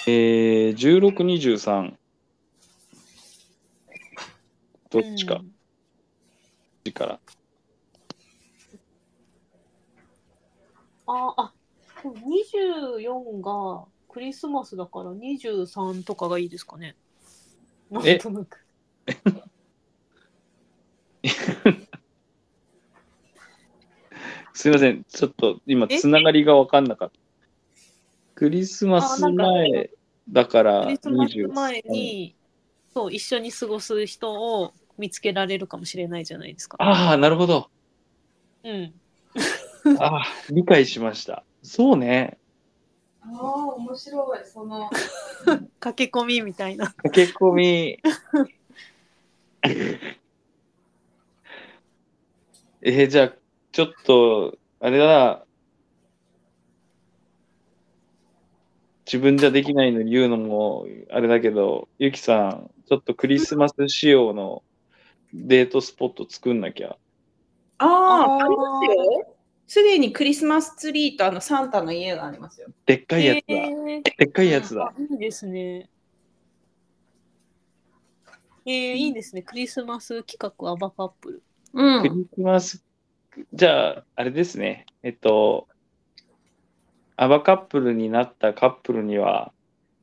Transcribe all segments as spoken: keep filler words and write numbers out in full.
えー、じゅうろく、にじゅうさん。どっちか。 うんどっちから。 ああ、でもにじゅうよんがクリスマスだからにじゅうさんとかがいいですかね。なんえとなく。 すいません。ちょっと今、 えつながりが分かんなかった。クリスマあ、 スなんか前だからクリスマス前にじゅうさん。 にそう一緒に過ごす人を見つけられるかもしれないじゃないですか。 ああ、なるほど。 うん。 ああ、理解しました。そうね。 ああ、面白い。その、 駆け込みみたいな。 駆け込み。えー、じゃあ、ちょっと、あれだ、自分じゃできないのに言うのもあれだけど、ゆきさん、ちょっとクリスマス仕様のデートスポット作んなきゃ。 ああ、ありますあよ。すでにクリスマスツリーとあのサンタの家がありますよ。 でっかあ、へいやつだ。 え、 でっかいやつだ。 あ、いいですね。えー、いいですね。クリスマス企画アバカップル。 うん。 クリスマス、じゃあ、あれですね。えっと、アバカップルになったカップルには、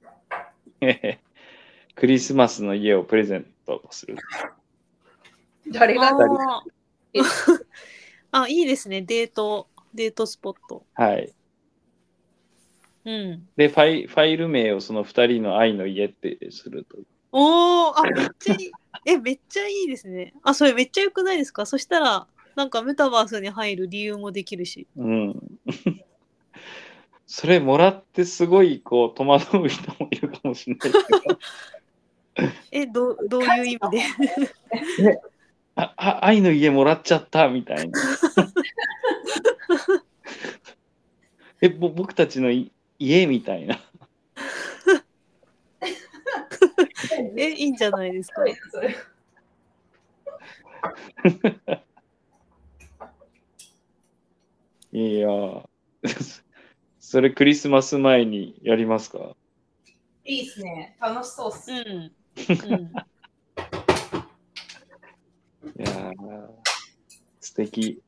クリスマスの家をプレゼントする。 誰があえーあ、いいですね。デート、デートスポット。 はい。 うん。 で、ファイファイル名をその二人の愛の家ってすると。 おー、あ、めっちゃいい。え、めっちゃいいですね。あ、それめっちゃ良くないですか？そしたら、なんかメタバースに入る理由もできるし。 うん。それもらってすごいこう戸惑う人もいるかもしれないけど。 え、どう、どういう意味で？ えああ、愛の家もらっちゃったみたいな。え、ぼ僕たちのい家みたいな。 え、いいんじゃないですか。 それいやーそれクリスマス前にやりますか？ いいですね。楽しそうっす。 うん。うん。 いやー素敵。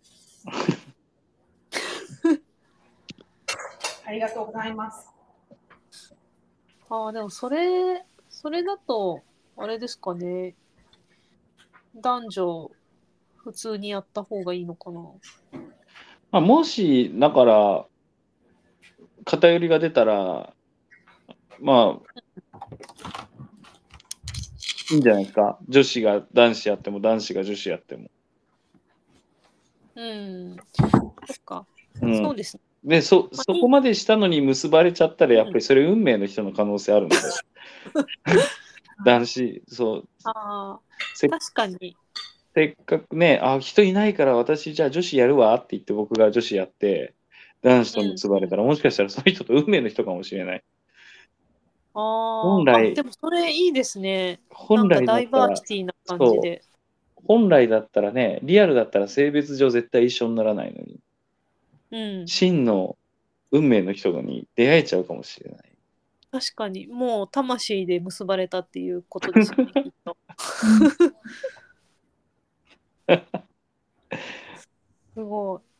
ありがとうございます。 ああ、でもそれ、それだと、あれですかね。男女、普通にやった方がいいのかな。 まあ、もし、だから、偏りが出たら、まあ、いいんじゃないですか。女子が男子やっても、男子が女子やっても。 うん。そっか。 うんそうですね。 で、そ、 まあ、 そいい。 こまでしたのに結ばれちゃったら、やっぱりそれ運命の人の可能性あるので。男子、そう、 ああ、 せ確かに。 せっかくね、あ、人いないから私じゃあ女子やるわって言って僕が女子やって、男子とうん、うん。 結ばれたら、もしかしたらその人と運命の人かもしれない。本ああ、あ、 来、 でもそれいいですね。な本んか来だったら、 ダイバーシティな感じそう、 で。 本来だったらね、リアルだったら性別上絶対一緒にならないのに、 うん。 真の運命の人に出会えちゃうかもしれない。 確かに、もう魂で結ばれたっていうことですよね、きっと。すごい。